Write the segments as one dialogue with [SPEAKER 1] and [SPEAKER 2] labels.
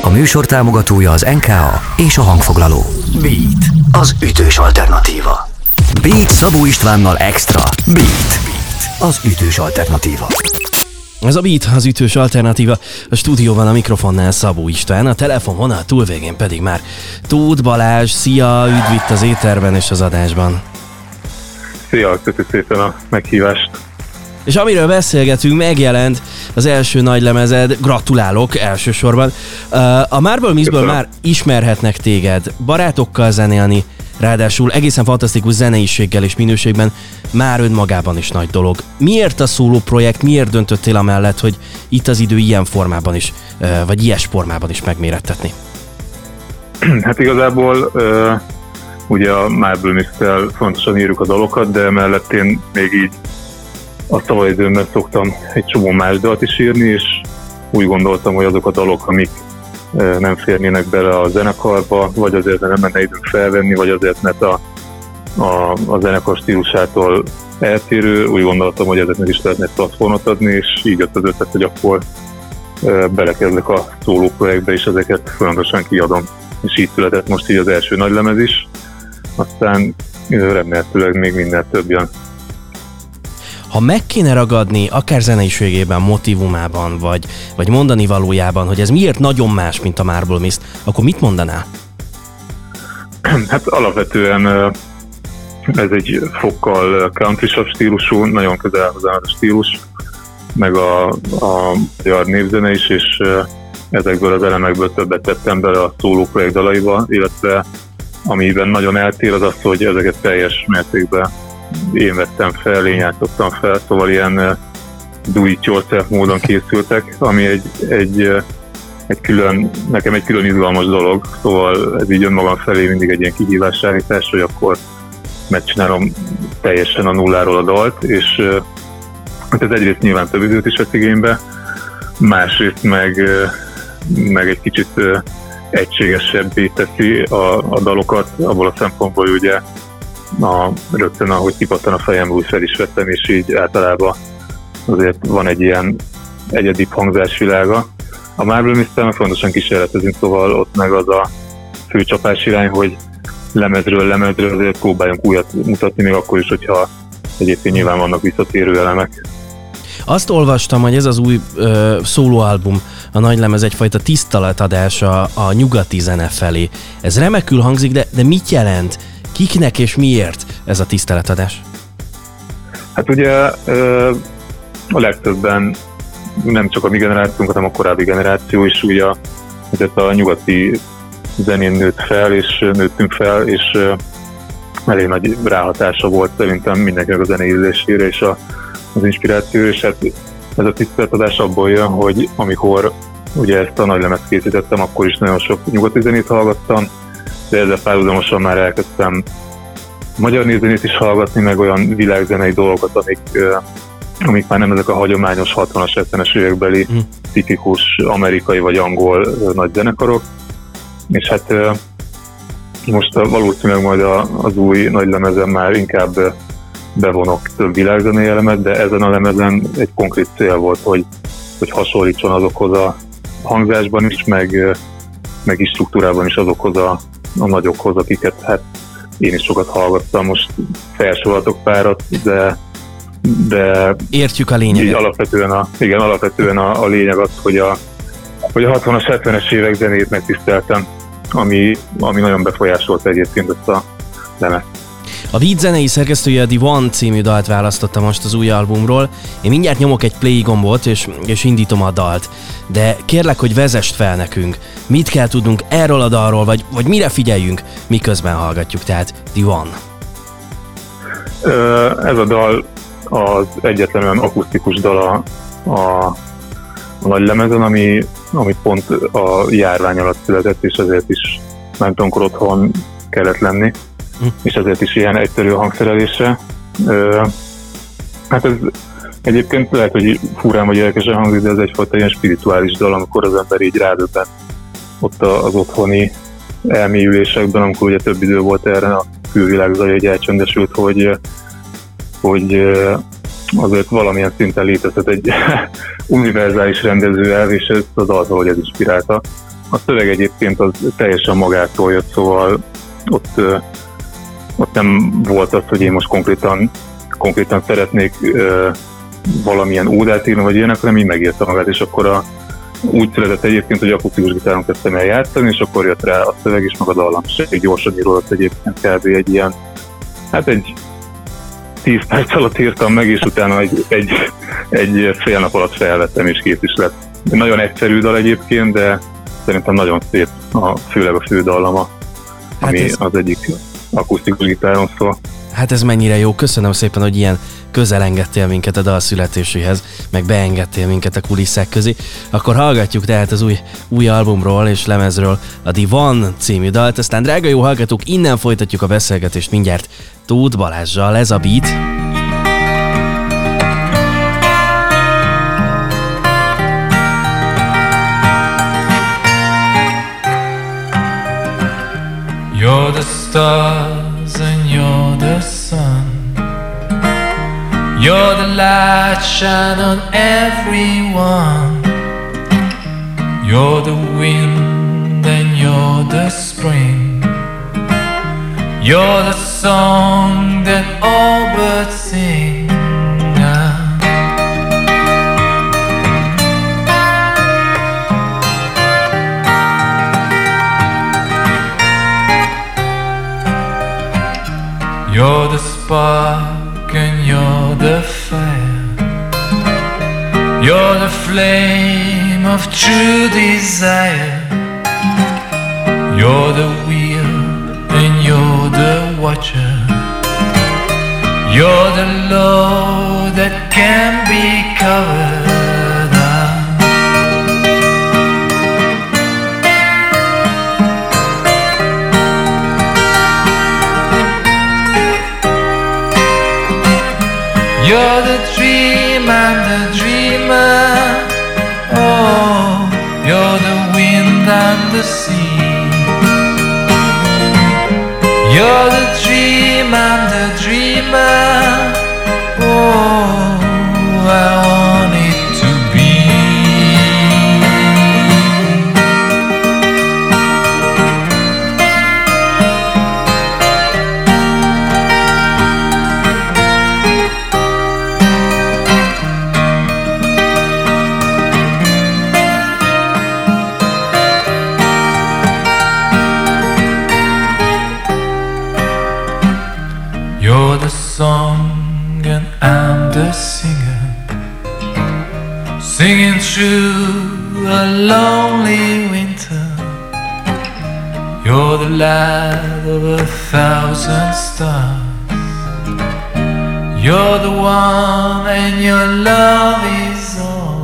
[SPEAKER 1] A műsor támogatója az NKA és a hangfoglaló. Beat, az ütős alternatíva. Beat Szabó Istvánnal extra. Beat, az ütős alternatíva.
[SPEAKER 2] Ez a Beat, az ütős alternatíva. A stúdióban a mikrofonnál Szabó István, a telefonvonal túlvégén pedig már Tóth Balázs. Szia, üdv itt az éterben és az adásban.
[SPEAKER 3] Szia, köszönöm szépen a meghívást.
[SPEAKER 2] És amiről beszélgetünk, megjelent az első nagylemezed, gratulálok elsősorban. A Marble Mistből már ismerhetnek téged, barátokkal zenélni, ráadásul egészen fantasztikus zeneiséggel és minőségben már önmagában is nagy dolog. Miért a szóló projekt, miért döntöttél amellett, hogy itt az idő ilyen formában is, vagy ilyes formában is megmérettetni?
[SPEAKER 3] Hát igazából ugye a Marble Misttel fontosan írjuk a dalokat, de mellett én még így a szabadidőmben szoktam egy csomó más dalt is írni, és úgy gondoltam, hogy azok a dalok, amik nem férnének bele a zenekarba, vagy azért nem menne időnk felvenni, vagy azért, mert a zenekar stílusától eltérő, úgy gondoltam, hogy ezeknek is lehetne egy platformot adni, és így jött az ötlet, hogy akkor belekezdek a szóló projektbe, és ezeket folyamatosan kiadom. És így született most így az első nagylemez is, aztán remélhetőleg még minden több jön.
[SPEAKER 2] Ha meg kéne ragadni, akár zeneiségében, motivumában, vagy mondani valójában, hogy ez miért nagyon más, mint a Marble Mist, akkor mit mondanál?
[SPEAKER 3] Hát alapvetően ez egy fokkal country-sabb stílusú, nagyon közel hozzá a stílus, meg a magyar népzene is, és ezekből az elemekből többet tettem bele a szóló projekt dalaiba, illetve amiben nagyon eltér az az, hogy ezeket teljes mértékben én vettem fel, én játszottam fel, szóval ilyen do it yourself módon készültek, ami nekem egy külön izgalmas dolog, szóval ez így önmagam felé mindig egy ilyen kihívássárítás, hogy akkor megcsinálom teljesen a nulláról a dalt, és ez egyrészt nyilván több időt is vesz igénybe, másrészt meg egy kicsit egységesebbé teszi a dalokat, abból a szempontból ugye rögtön ahogy kipattan a fejemből, úgy fel is vettem, és így általában azért van egy ilyen egyedibb hangzásvilága. A Marble Misttel meg fontosan kísérletezünk, szóval ott meg az a fő csapás irány, hogy lemezről azért próbáljunk újat mutatni, még akkor is, hogyha egyébként nyilván vannak visszatérő elemek.
[SPEAKER 2] Azt olvastam, hogy ez az új szólóalbum, a nagylemez egyfajta tiszteletadás a nyugati zene felé. Ez remekül hangzik, de mit jelent? Kiknek és miért ez a tiszteletadás? Hát
[SPEAKER 3] ugye a legtöbben nem csak a mi generációnk, hanem a korábbi generáció is ugye a nyugati zenén nőttünk fel, és elég nagy ráhatása volt szerintem mindenkinek a zenei ízlésére és az inspiráció, és hát ez a tiszteletadás abból jön, hogy amikor ugye ezt a nagylemezt készítettem, akkor is nagyon sok nyugati zenét hallgattam, de ezzel párhuzamosan már elkezdtem magyar népzenét is hallgatni, meg olyan világzenei dolgokat, amik már nem ezek a hagyományos 60-as, 70-es évekbeli tipikus amerikai vagy angol nagy zenekarok. És hát most valószínűleg majd az új nagylemezen már inkább bevonok több világzenei elemet, de ezen a lemezen egy konkrét cél volt, hogy hasonlítson azokhoz a hangzásban is, meg is struktúrában is azokhoz a nagyokhoz, akiket hát én is sokat hallgattam, most felsorolhatok párat, de
[SPEAKER 2] értjük a lényeget.
[SPEAKER 3] Alapvetően a lényeg az, hogy a 60-as, 70-es évek zenét megtiszteltem, ami nagyon befolyásolta egyébként ezt a lemezt.
[SPEAKER 2] A Beat zenei szerkesztője a The One című dalt választotta most az új albumról. Én mindjárt nyomok egy play gombot, és indítom a dalt. De kérlek, hogy vezesd fel nekünk. Mit kell tudnunk erről a dalról, vagy mire figyeljünk, miközben hallgatjuk, tehát The One.
[SPEAKER 3] Ez a dal az egyetlen olyan akusztikus dal a nagy lemezen, ami pont a járvány alatt született, és ezért is nem tudom, akkor otthon kellett lenni. És ezért is ilyen egyszerű hangszerelése. Hát ez egyébként lehet, hogy furán vagy érdekesen hangzik, de ez egyfajta ilyen spirituális dal, amikor az ember így rádöbben ott az otthoni elmélyülésekben, amikor ugye több idő volt erre a külvilág zaj, hogy elcsendesült, hogy azért valamilyen szinten létezhet egy univerzális rendező elv, és ez az dal, hogy ez inspirálta. A szöveg egyébként az teljesen magától jött, szóval ott nem volt az, hogy én most konkrétan szeretnék valamilyen ódát írni, vagy ilyenek, hanem így megírta magát, és akkor úgy született egyébként, hogy akusztikus gitáron kezdtem el játszani, és akkor jött rá a szöveg és meg a dallam. Egy gyorsan íródott egyébként kb. Egy ilyen, egy 10 perc alatt írtam meg, és utána egy fél nap alatt felvettem, és kész is lett. Nagyon egyszerű dal egyébként, de szerintem nagyon szép, főleg a fő dallama, ami az egyik akusztikus gitáron szól.
[SPEAKER 2] Hát ez mennyire jó, köszönöm szépen, hogy ilyen közel engedtél minket a dal születéséhez, meg beengedtél minket a kulisszák közé. Akkor hallgatjuk tehát az új albumról és lemezről a The One című dalt, aztán drága jó hallgatók, innen folytatjuk a beszélgetést mindjárt Tóth Balázssal, ez a Beat.
[SPEAKER 4] You're the stars and you're the sun. You're the light shine on everyone. You're the wind and you're the spring. You're the song that all birds sing. You're the spark and you're the fire. You're the flame of true desire. You're the wheel and you're the watcher. You're the load that can be covered. You're the dream, I'm the dreamer. Oh, you're the wind and the sea. You're the dream, I'm the dreamer. Oh, I want it to be. You're the song and I'm the singer, singing through a lonely winter. You're the light of 1,000 stars. You're the one and your love is all.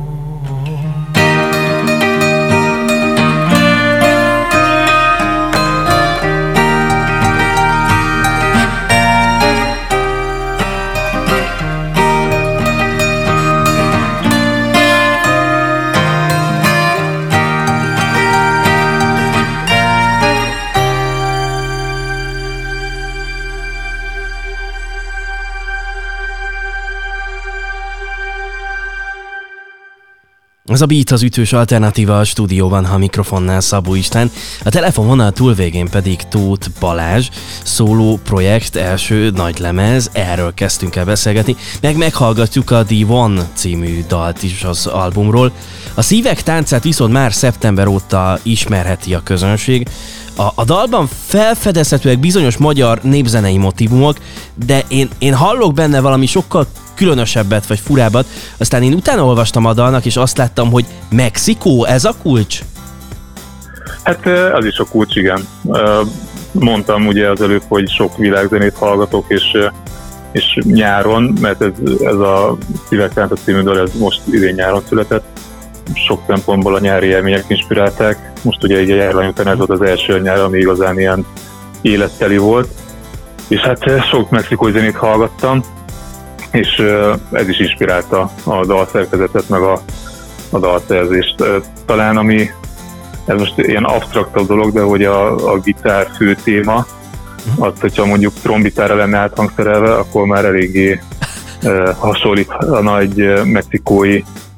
[SPEAKER 2] Ez a Beat az ütős alternatíva a stúdióban, ha a mikrofonnál Szabó István, a telefonvonal túlvégén pedig Tóth Balázs, szóló projekt, első nagy lemez, erről kezdtünk el beszélgetni, meghallgatjuk a The One című dalt is az albumról. A Szívek táncát viszont már szeptember óta ismerheti a közönség. A dalban felfedezhetőek bizonyos magyar népzenei motívumok, de én hallok benne valami sokkal különösebbet vagy furábbat, aztán én utána olvastam a dalnak, és azt láttam, hogy Mexikó, ez a kulcs?
[SPEAKER 3] Hát az is a kulcs, igen. Mondtam ugye az előbb, hogy sok világzenét hallgatok, és nyáron, mert ez a Szívek tánca című dal, ez most idén nyáron született, sok szempontból a nyári élmények inspirálták. Most ugye így a járvány után ez volt az első nyár, ami igazán ilyen életteli volt, és hát sok mexikói zenét hallgattam, és ez is inspirálta a dalszerkezetet, meg a dalszerzést. Talán ez most ilyen absztraktabb dolog, de hogy a gitár fő téma, az, hogyha mondjuk trombitára lenne áthangszerelve, akkor már eléggé hasonlítana egy mexikói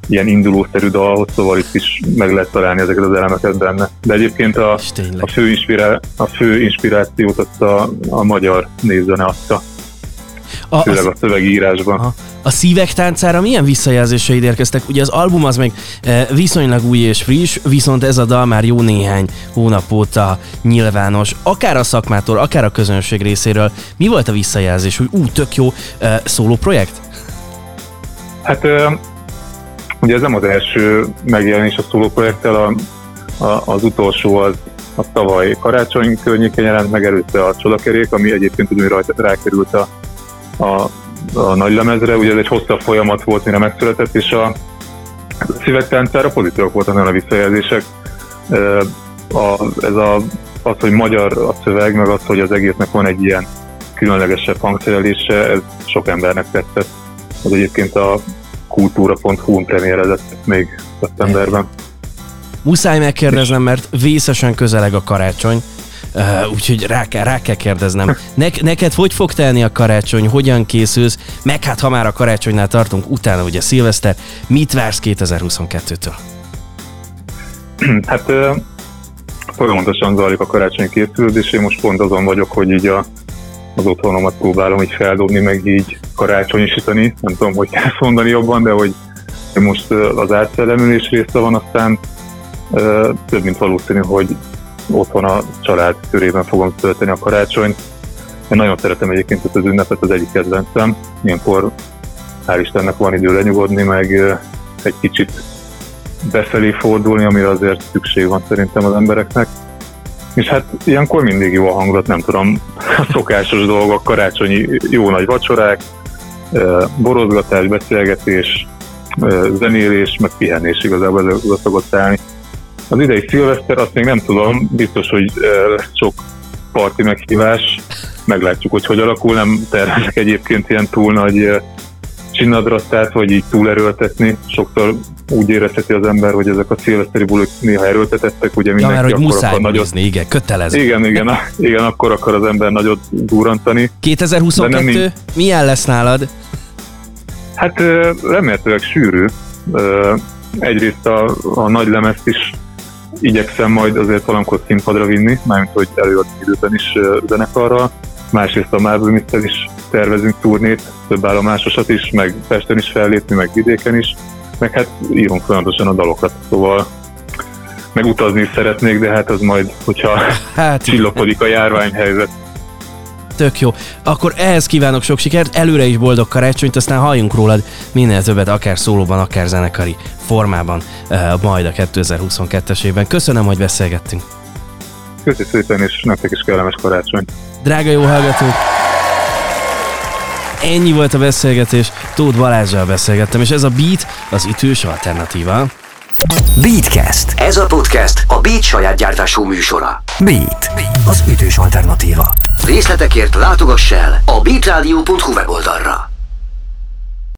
[SPEAKER 3] ilyen indulószerű dalhoz, szóval itt is meg lehet találni ezeket az elemeket benne. De egyébként a fő inspirációt azt a magyar névzene adta, főleg a szövegírásban.
[SPEAKER 2] A Szívek táncára milyen visszajelzéseid érkeztek? Ugye az album az meg viszonylag új és friss, viszont ez a dal már jó néhány hónap óta nyilvános. Akár a szakmától, akár a közönség részéről. Mi volt a visszajelzés, hogy tök jó szóló projekt?
[SPEAKER 3] Hát ugye ez nem az első megjelenés a szóló projekttel, az utolsó az tavaly karácsony környékén jelent meg, előtte a Csodakerék, ami egyébként ugyanúgy rákerült a nagy lemezre. Ugye ez egy hosszabb folyamat volt, mire megszületett, és a Szívek táncára pozitívak voltak nagyon a visszajelzések. Az, hogy magyar a szöveg, meg az, hogy az egésznek van egy ilyen különlegesebb hangszerelése, ez sok embernek tetszett. Az egyébként a kultúra.hu-n premierezett még szeptemberben.
[SPEAKER 2] Muszáj megkérdeznem, mert vészesen közeleg a karácsony, úgyhogy rá kell kérdeznem. Neked hogy fog telni a karácsony, hogyan készülsz, meg hát ha már a karácsonynál tartunk, utána ugye szilveszter, mit vársz 2022-től?
[SPEAKER 3] Hát folyamatosan zajlik a karácsonyi készülődés, én most pont azon vagyok, hogy így az otthonomat próbálom így feldobni, meg így karácsonyisítani, nem tudom, hogy kell mondani jobban, de hogy most az átszellemülés része van, aztán több mint valószínű, hogy otthon a család körében fogom tölteni a karácsonyt. Én nagyon szeretem egyébként ezt az ünnepet, az egyik kedvencem. Ilyenkor hál' Istennek van idő lenyugodni, meg egy kicsit befelé fordulni, amire azért szükség van szerintem az embereknek. És hát ilyenkor mindig jó a hangulat, nem tudom, a szokásos dolgok, karácsonyi jó nagy vacsorák, borozgatás, beszélgetés, zenélés, meg pihenés, igazából ez szokott állni. Az idei szilveszter, azt még nem tudom, biztos, hogy sok parti meghívás, meglátjuk, hogy alakul, nem tervezek egyébként ilyen túl nagy csinnadrattát, vagy így túlerőltetni. Sokszor úgy érezheti az ember, hogy ezek a szilveszteri bulik néha erőltetettek, ugye mindenki
[SPEAKER 2] mert hogy
[SPEAKER 3] akkor
[SPEAKER 2] muszáj
[SPEAKER 3] nagyot...
[SPEAKER 2] bulizni, igen, kötelező.
[SPEAKER 3] Igen, akkor akar az ember nagyot durrantani.
[SPEAKER 2] 2022 milyen lesz nálad?
[SPEAKER 3] Hát remélhetőleg sűrű. Egyrészt a nagy lemezt is igyekszem majd azért valamikor színpadra vinni, mármint hogy előadni időben is zenekarral. Másrészt a Marble Mist-tel is tervezünk turnét, több állomásosat is, meg Pesten is fellépni, meg vidéken is. Meg hát írunk folyamatosan a dalokat, szóval meg utazni is szeretnék, de hát az majd, hogyha csillapodik a járványhelyzet.
[SPEAKER 2] Tök jó. Akkor ehhez kívánok sok sikert, előre is boldog karácsonyt, aztán halljunk rólad minél többet, akár szólóban, akár zenekari formában, majd a 2022-es évben. Köszönöm, hogy beszélgettünk.
[SPEAKER 3] Köszönöm szépen, és nektek is kellemes karácsony.
[SPEAKER 2] Drága jó hallgatók! Ennyi volt a beszélgetés, Tóth Balázsral beszélgettem, és ez a Beat az ütős alternatíva.
[SPEAKER 1] Beatcast. Ez a podcast a Beat saját gyártású műsora. Beat, az ütős alternatíva. Részletekért látogass el a beatradio.hu weboldalra.